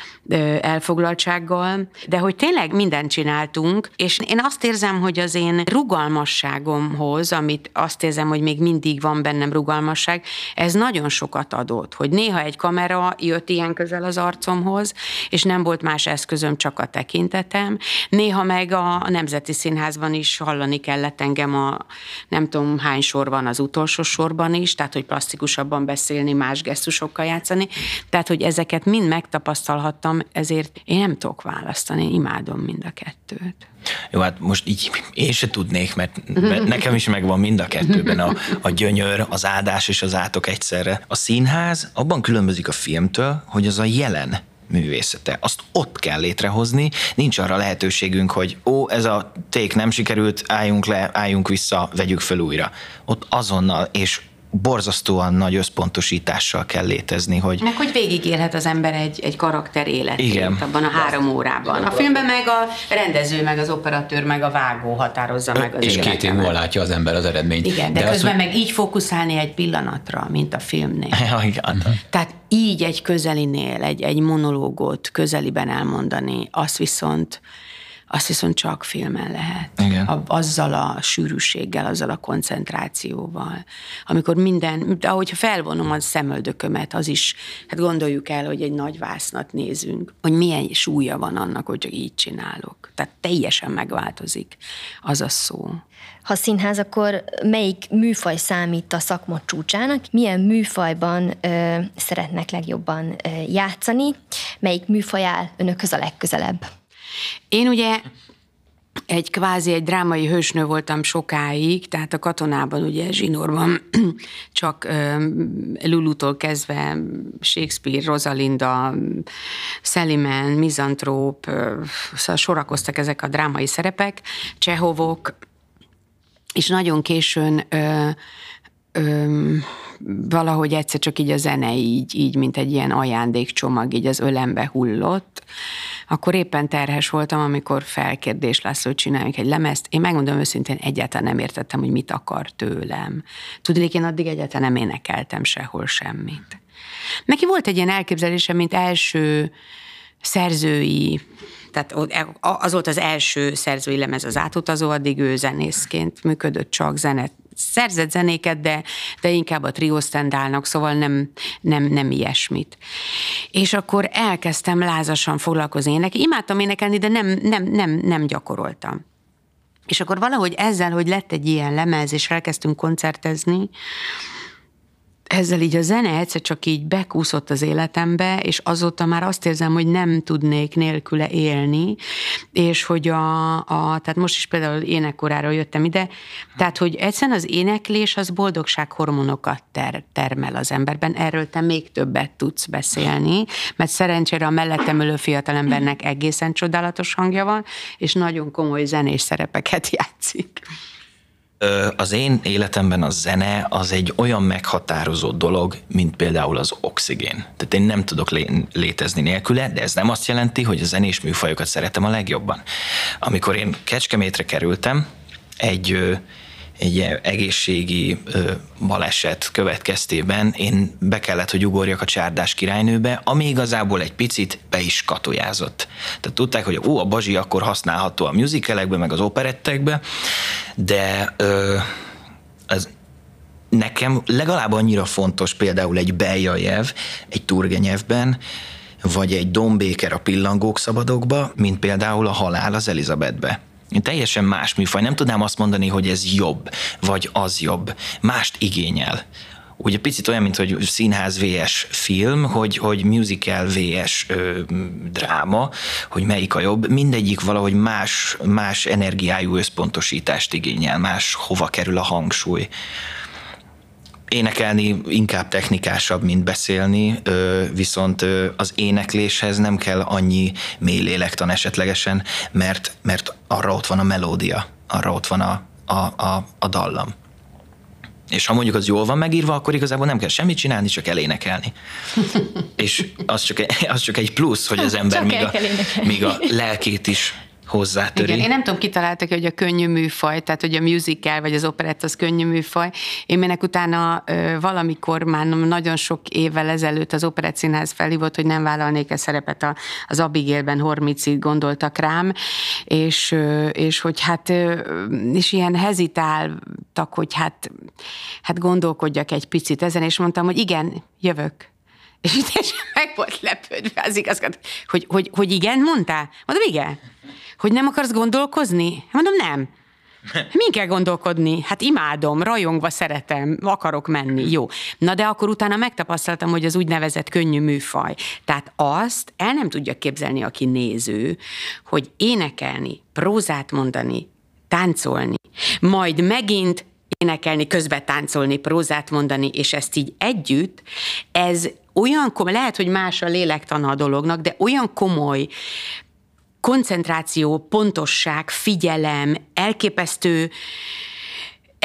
S3: elfoglaltsággal, de hogy tényleg mindent csináltunk, és én azt érzem, hogy az én rugalmasságomhoz, amit azt érzem, hogy még mindig van bennem rugalmasság, ez nagyon sokat adott, hogy néha egy kamera jött ilyen közel az arcomhoz, és nem volt más eszközöm, csak a tekintetem. Néha meg a Nemzeti Színházban is hallani kellett engem a nem tudom hány sor van az utolsó sorban is, tehát hogy plastikusabban beszélni, más gesztusokkal játszani, tehát hogy ezeket mind megtapasztalhattam, ezért én nem tudok választani, imádom mind a kettőt.
S4: Jó, hát most így én se tudnék, mert, mert nekem is megvan mind a kettőben a, a gyönyör, az áldás és az átok egyszerre. A színház abban különbözik a filmtől, hogy az a jelen művészete. Azt ott kell létrehozni, nincs arra lehetőségünk, hogy ó, ez a ték nem sikerült, álljunk le, álljunk vissza, vegyük fel újra. Ott azonnal, és borzasztóan nagy összpontosítással kell létezni, hogy...
S3: Meg hogy végigélhet az ember egy, egy karakter életét.
S4: Igen.
S3: Abban a három órában. A filmben meg a rendező, meg az operatőr, meg a vágó határozza meg az
S2: És
S3: életet.
S2: két év múlva látja az ember az eredményt.
S3: Igen, de, de közben
S2: az,
S3: meg így fókuszálni egy pillanatra, mint a filmnél.
S4: Ja, igen.
S3: Tehát így egy közelinél, egy, egy monológot közeliben elmondani, azt viszont azt viszont csak filmen lehet.
S4: Igen.
S3: A, azzal a sűrűséggel, azzal a koncentrációval. Amikor minden, de ahogyha felvonom a szemöldökömet, az is, hát gondoljuk el, hogy egy nagy vásznat nézünk, hogy milyen súlya van annak, hogy csak így csinálok. Tehát teljesen megváltozik az a szó.
S1: Ha színház, akkor melyik műfaj számít a szakma csúcsának? Milyen műfajban ö, szeretnek legjobban ö, játszani? Melyik műfaj áll önökhöz a legközelebb?
S3: Én ugye egy kvázi egy drámai hősnő voltam sokáig, tehát a Katonában, ugye Zsinórban csak uh, Lulutól kezdve Shakespeare, Rosalinda, Saliman, Mizantróp, uh, szóval sorakoztak ezek a drámai szerepek, Csehovok, és nagyon későn ö, ö, valahogy egyszer csak így a zene így, így, mint egy ilyen ajándékcsomag, így az ölembe hullott. Akkor éppen terhes voltam, amikor felkérdés László, hogy csináljunk egy lemezt. Én megmondom őszintén, egyáltalán nem értettem, hogy mit akar tőlem. Tudnék, én addig egyáltalán nem énekeltem sehol semmit. Neki volt egy ilyen elképzelése, mint első szerzői, tehát az volt az első szerzői lemez az Átutazó, addig ő zenészként működött, csak zenet, szerzett zenéket, de, de inkább a triosztendálnak, szóval nem, nem, nem ilyesmit. És akkor elkezdtem lázasan foglalkozni énekelni. Imádtam énekelni, de nem, nem, nem, nem gyakoroltam. És akkor valahogy ezzel, hogy lett egy ilyen lemez, és elkezdtünk koncertezni, ezzel így a zene egyszer csak így bekúszott az életembe, és azóta már azt érzem, hogy nem tudnék nélküle élni, és hogy a, a tehát most is például énekkorára jöttem ide, tehát hogy egyszerűen az éneklés az boldogsághormonokat ter, termel az emberben, erről te még többet tudsz beszélni, mert szerencsére a mellettem ülő fiatalembernek egészen csodálatos hangja van, és nagyon komoly zenés szerepeket játszik.
S4: Az én életemben a zene az egy olyan meghatározó dolog, mint például az oxigén. Tehát én nem tudok lé- létezni nélküle, de ez nem azt jelenti, hogy a zenés műfajokat szeretem a legjobban. Amikor én Kecskemétre kerültem, egy, egy egészségi baleset következtében én be kellett, hogy ugorjak a Csárdás királynőbe, ami igazából egy picit be is katojázott. Tehát tudták, hogy ó, a bazsi akkor használható a musicalekbe, meg az operettekbe, de ö, az nekem legalább annyira fontos például egy Beljajev, egy Turgenevben, vagy egy Don Baker a Pillangók szabadokba, mint például a Halál az Elizabethbe. Én teljesen más műfaj, nem tudnám azt mondani, hogy ez jobb, vagy az jobb. Mást igényel. Ugye picit olyan, mint hogy színház versus film, hogy, hogy musical versus ö, dráma, hogy melyik a jobb. Mindegyik valahogy más, más energiájú összpontosítást igényel, más hova kerül a hangsúly. Énekelni inkább technikásabb, mint beszélni, viszont az énekléshez nem kell annyi mély lélektan esetlegesen, mert, mert arra ott van a melódia, arra ott van a, a, a, a dallam. És ha mondjuk az jól van megírva, akkor igazából nem kell semmit csinálni, csak elénekelni. És az csak, az csak egy plusz, hogy az ember még a, még a lelkét is hozzátöri.
S3: Igen, én nem tudom, kitaláltak, hogy a könnyű műfaj, tehát hogy a musical vagy az operett az könnyű műfaj. Én mennek utána ö, valamikor már nagyon sok évvel ezelőtt az Operettszínház felhívott, hogy nem vállalnék a szerepet a, az Abigailben, Hormizit gondoltak rám, és, ö, és hogy hát, ö, és ilyen hezitáltak, hogy hát, hát gondolkodjak egy picit ezen, és mondtam, hogy igen, jövök. És így meg volt lepődve az igazgató, hogy, hogy, hogy igen, mondtál? Mondom, igen. Hogy nem akarsz gondolkozni? Mondom, nem. Min kell gondolkodni? Hát imádom, rajongva szeretem, akarok menni, jó. Na de akkor utána megtapasztaltam, hogy az úgynevezett könnyű műfaj. Tehát azt el nem tudja képzelni, aki néző, hogy énekelni, prózát mondani, táncolni, majd megint énekelni, közben táncolni, prózát mondani, és ezt így együtt, ez olyan komoly, lehet, hogy más a lélektana a dolognak, de olyan komoly koncentráció, pontosság, figyelem, elképesztő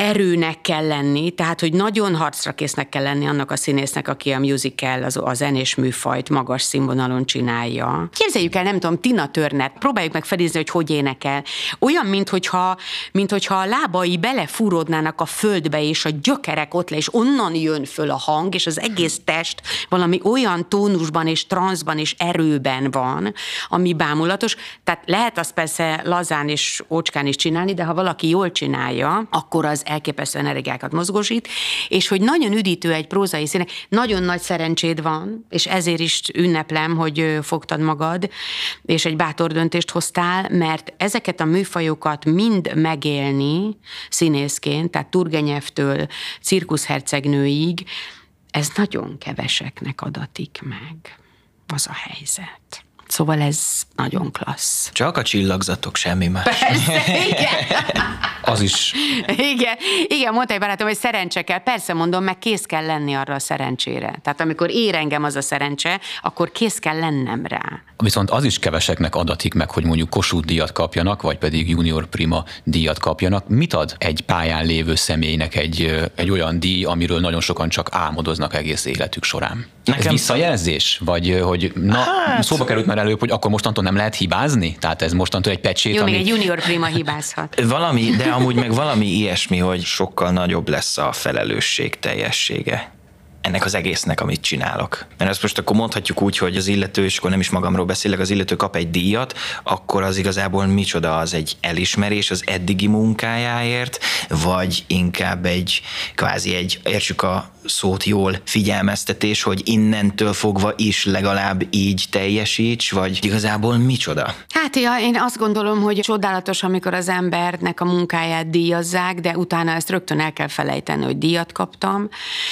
S3: erőnek kell lenni, tehát, hogy nagyon harcra késznek kell lenni annak a színésznek, aki a musical, az, a zenés műfajt magas színvonalon csinálja. Képzeljük el, nem tudom, Tina Turner, próbáljuk meg felidézni, hogy hogy énekel. Olyan, minthogyha, minthogyha a lábai belefúródnának a földbe, és a gyökerek ott le, és onnan jön föl a hang, és az egész test valami olyan tónusban, és transzban, és erőben van, ami bámulatos. Tehát lehet azt persze lazán és ócskán is csinálni, de ha valaki jól csinálja, akkor az elképesztő energiákat mozgósít, és hogy nagyon üdítő egy prózai színek, nagyon nagy szerencséd van, és ezért is ünneplem, hogy fogtad magad, és egy bátor döntést hoztál, mert ezeket a műfajokat mind megélni színészként, tehát Turgenyev-től cirkuszhercegnőig, ez nagyon keveseknek adatik meg. Az a helyzet. Szóval ez nagyon klassz.
S4: Csak a csillagzatok, semmi más.
S3: Persze, igen.
S2: Az is.
S3: Igen, igen, mondta egy barátom, hogy szerencse kell. Persze mondom, meg kész kell lenni arra a szerencsére. Tehát amikor ér engem az a szerencse, akkor kész kell lennem rá.
S2: Viszont az is keveseknek adatik meg, hogy mondjuk Kossuth díjat kapjanak, vagy pedig Junior Prima díjat kapjanak. Mit ad egy pályán lévő személynek egy, egy olyan díj, amiről nagyon sokan csak álmodoznak egész életük során? Nekem... Ez visszajelzés? Vagy hogy na, hát... szóba került már előbb, hogy akkor mostantól nem lehet hibázni? Tehát ez mostantól egy pecsét,
S3: Jó,
S2: ami...
S3: még egy Junior Prima hibázhat.
S4: Valami, de amúgy meg valami ilyesmi, hogy sokkal nagyobb lesz a felelősség teljessége ennek az egésznek, amit csinálok. Mert ezt most akkor mondhatjuk úgy, hogy az illető, és akkor nem is magamról beszélek, az illető kap egy díjat, akkor az igazából micsoda, az egy elismerés az eddigi munkájáért, vagy inkább egy, kvázi egy, értsük a szót jól, figyelmeztetés, hogy innentől fogva is legalább így teljesíts, vagy igazából micsoda?
S3: Hát ja, én azt gondolom, hogy csodálatos, amikor az embernek a munkáját díjazzák, de utána ezt rögtön el kell felejteni, hogy díjat kaptam,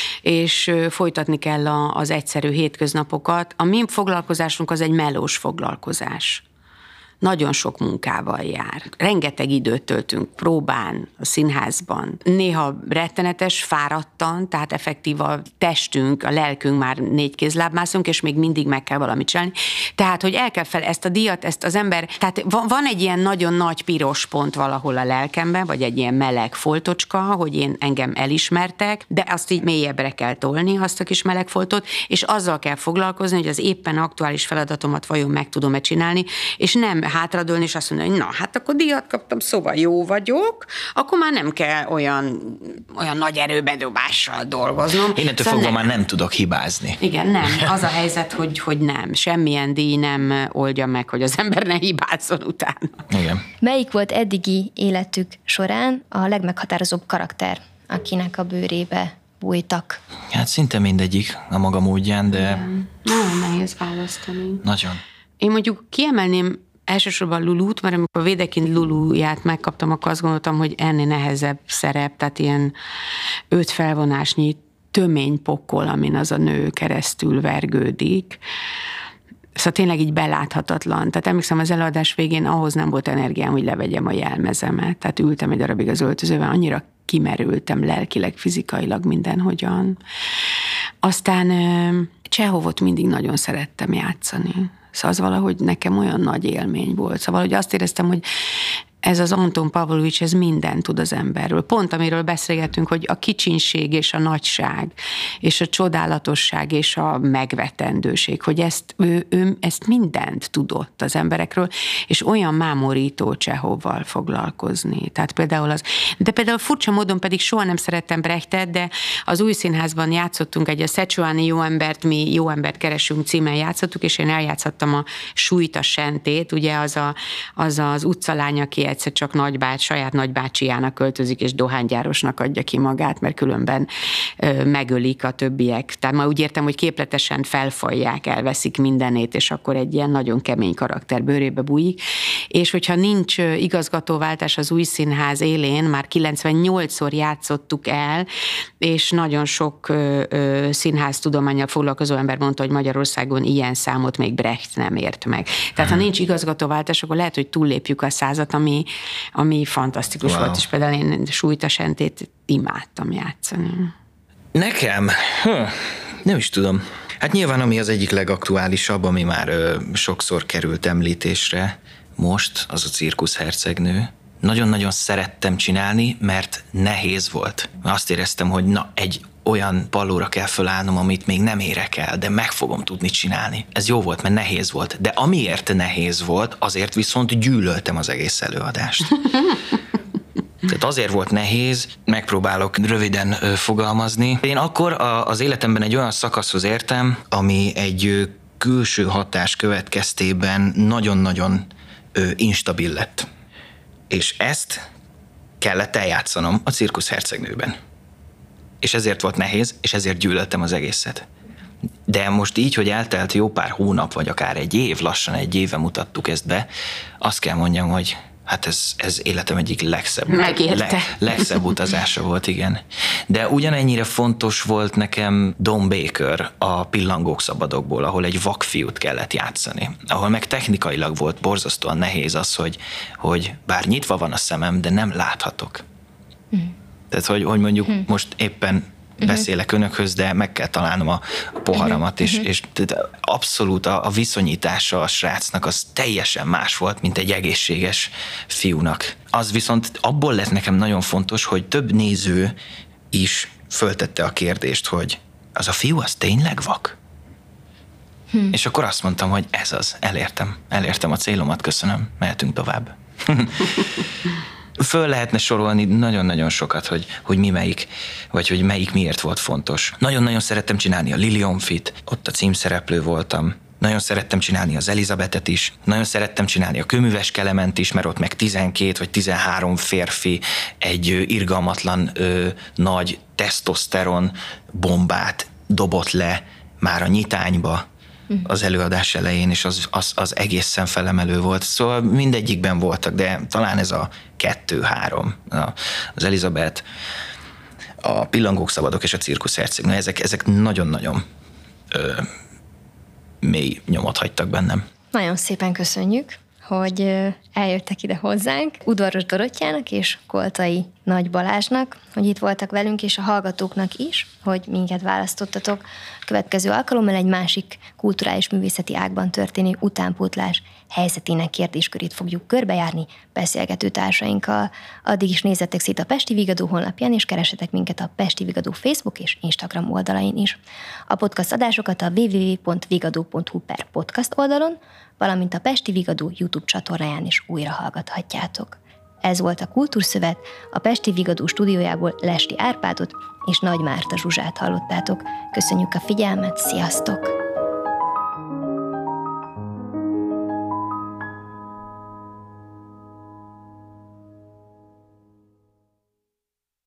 S3: és folytatni kell a, az egyszerű hétköznapokat. A mi foglalkozásunk az egy melós foglalkozás. Nagyon sok munkával jár. Rengeteg időt töltünk próbán, a színházban. Néha rettenetes, fáradtan, tehát effektív a testünk, a lelkünk már négy kézlábmászunk, és még mindig meg kell valamit csinálni. Tehát, hogy el kell fel ezt a díjat, ezt az ember, tehát van egy ilyen nagyon nagy piros pont valahol a lelkemben, vagy egy ilyen meleg foltocska, hogy én engem elismertek, de azt így mélyebbre kell tolni, azt a kis meleg foltot, és azzal kell foglalkozni, hogy az éppen aktuális feladatomat vajon meg tudom-e csinálni, és nem hátradőlni, és azt mondani, hogy na, hát akkor díjat kaptam, szóval jó vagyok, akkor már nem kell olyan, olyan nagy erőbedobással dolgoznom.
S4: Innentől
S3: szóval
S4: fogva
S3: nem.
S4: már nem tudok hibázni.
S3: Igen, nem. Az a helyzet, hogy, hogy nem. Semmilyen díj nem oldja meg, hogy az ember ne hibázzon utána.
S4: Igen.
S1: Melyik volt eddigi életük során a legmeghatározóbb karakter, akinek a bőrébe bújtak?
S4: Hát szinte mindegyik a maga módján, de...
S3: Igen. Nagyon nehéz választani.
S4: Nagyon.
S3: Én mondjuk kiemelném elsősorban Lulut, mert amikor a Védekind Luluját megkaptam, akkor azt gondoltam, hogy ennél nehezebb szerep, tehát ilyen öt felvonásnyi tömény pokol, amin az a nő keresztül vergődik. Szóval tényleg így beláthatatlan. Tehát emlékszem, az előadás végén ahhoz nem volt energiám, hogy levegyem a jelmezemet. Tehát ültem egy darabig az öltözőben, annyira kimerültem lelkileg, fizikailag, mindenhogyan. Aztán Csehovot mindig nagyon szerettem játszani. Szóval az valahogy nekem olyan nagy élmény volt. Szóval, hogy azt éreztem, hogy ez az Anton Pavlovics, ez mindent tud az emberről. Pont amiről beszélgetünk, hogy a kicsinség és a nagyság, és a csodálatosság és a megvetendőség, hogy ezt, ő, ő ezt mindent tudott az emberekről, és olyan mámorító Csehovval foglalkozni. Tehát például az, de például furcsa módon pedig soha nem szerettem Brechtet, de az Új Színházban játszottunk egy a Szecsuáni jó embert, mi jó embert keresünk címen játszottuk, és én eljátszottam a Sújta Sentét, ugye az a, az, az utcalány, aki egyszer csak nagybács, saját nagybácsijának költözik, és dohánygyárosnak adja ki magát, mert különben ö, megölik a többiek. Tehát már úgy értem, hogy képletesen felfalják, elveszik mindenét, és akkor egy ilyen nagyon kemény karakter bőrébe bújik. És hogyha nincs igazgatóváltás az Új Színház élén, már kilencvennyolcszor játszottuk el, és nagyon sok ö, ö, színháztudománnyal foglalkozó ember mondta, hogy Magyarországon ilyen számot még Brecht nem ért meg. Tehát ha nincs igazgatóváltás, akkor lehet, hogy túllépjük a százat, ami ami fantasztikus wow. volt, és például én Sújta Sentét imádtam játszani.
S4: Nekem? Hm, nem is tudom. Hát nyilván ami az egyik legaktuálisabb, ami már ö, sokszor került említésre most, az a cirkuszhercegnő, nagyon-nagyon szerettem csinálni, mert nehéz volt. Azt éreztem, hogy na, egy olyan pallóra kell fölállnom, amit még nem érek el, de meg fogom tudni csinálni. Ez jó volt, mert nehéz volt. De amiért nehéz volt, azért viszont gyűlöltem az egész előadást. Tehát azért volt nehéz, megpróbálok röviden ö, fogalmazni. Én akkor a, az életemben egy olyan szakaszhoz értem, ami egy ö, külső hatás következtében nagyon-nagyon ö, instabil lett. És ezt kellett eljátszanom a Cirkusz hercegnőben. És ezért volt nehéz, és ezért gyűlöltem az egészet. De most így, hogy eltelt jó pár hónap, vagy akár egy év, lassan egy éve mutattuk ezt be, azt kell mondjam, hogy hát ez, ez életem egyik legszebb,
S3: Megérte.
S4: le, legszebb utazása volt, igen. De ugyanennyire fontos volt nekem Don Baker a Pillangók szabadokból, ahol egy vakfiút kellett játszani. Ahol meg technikailag volt borzasztóan nehéz az, hogy, hogy bár nyitva van a szemem, de nem láthatok. Mm. Tehát, hogy, hogy mondjuk mm. most éppen beszélek önökhöz, de meg kell találnom a poharamat, és, és abszolút a, a viszonyítása a srácnak az teljesen más volt, mint egy egészséges fiúnak. Az viszont abból lett nekem nagyon fontos, hogy több néző is föltette a kérdést, hogy az a fiú, az tényleg vak? Hm. És akkor azt mondtam, hogy ez az, elértem, elértem a célomat, köszönöm, mehetünk tovább. Föl lehetne sorolni nagyon-nagyon sokat, hogy, hogy mi melyik, vagy hogy melyik miért volt fontos. Nagyon-nagyon szerettem csinálni a Lilionfit, ott a címszereplő voltam. Nagyon szerettem csinálni az Elizabetet is, nagyon szerettem csinálni a Kőműves Kelement is, mert ott meg tizenkét vagy tizenhárom férfi egy irgalmatlan ö, nagy tesztoszteron bombát dobott le már a nyitányba az előadás elején, és az, az, az egészen felemelő volt. Szóval mindegyikben voltak, de talán ez a kettő-három, az Elizabeth, a Pillangók szabadok és a Cirkusz hercegnő, ezek, ezek nagyon-nagyon ö, mély nyomot hagytak bennem.
S1: Nagyon szépen köszönjük, hogy eljöttek ide hozzánk, Udvaros Dorottyának és Koltai Nagy Balázsnak, hogy itt voltak velünk, és a hallgatóknak is, hogy minket választottatok. A következő alkalommal egy másik kulturális művészeti ágban történő utánpótlás helyzetének kérdéskörét fogjuk körbejárni beszélgető társainkkal. Addig is nézzetek szét a Pesti Vigadó honlapján, és keressetek minket a Pesti Vigadó Facebook és Instagram oldalain is. A podcast adásokat a double-u double-u double-u pont vigadó pont hu per podcast oldalon, valamint a Pesti Vigadó YouTube csatornáján is újra hallgathatjátok. Ez volt a Kultúrszövet, a Pesti Vigadó stúdiójából Lesti Árpádot és Nagy Márta Zsuzsát hallottátok. Köszönjük a figyelmet, sziasztok!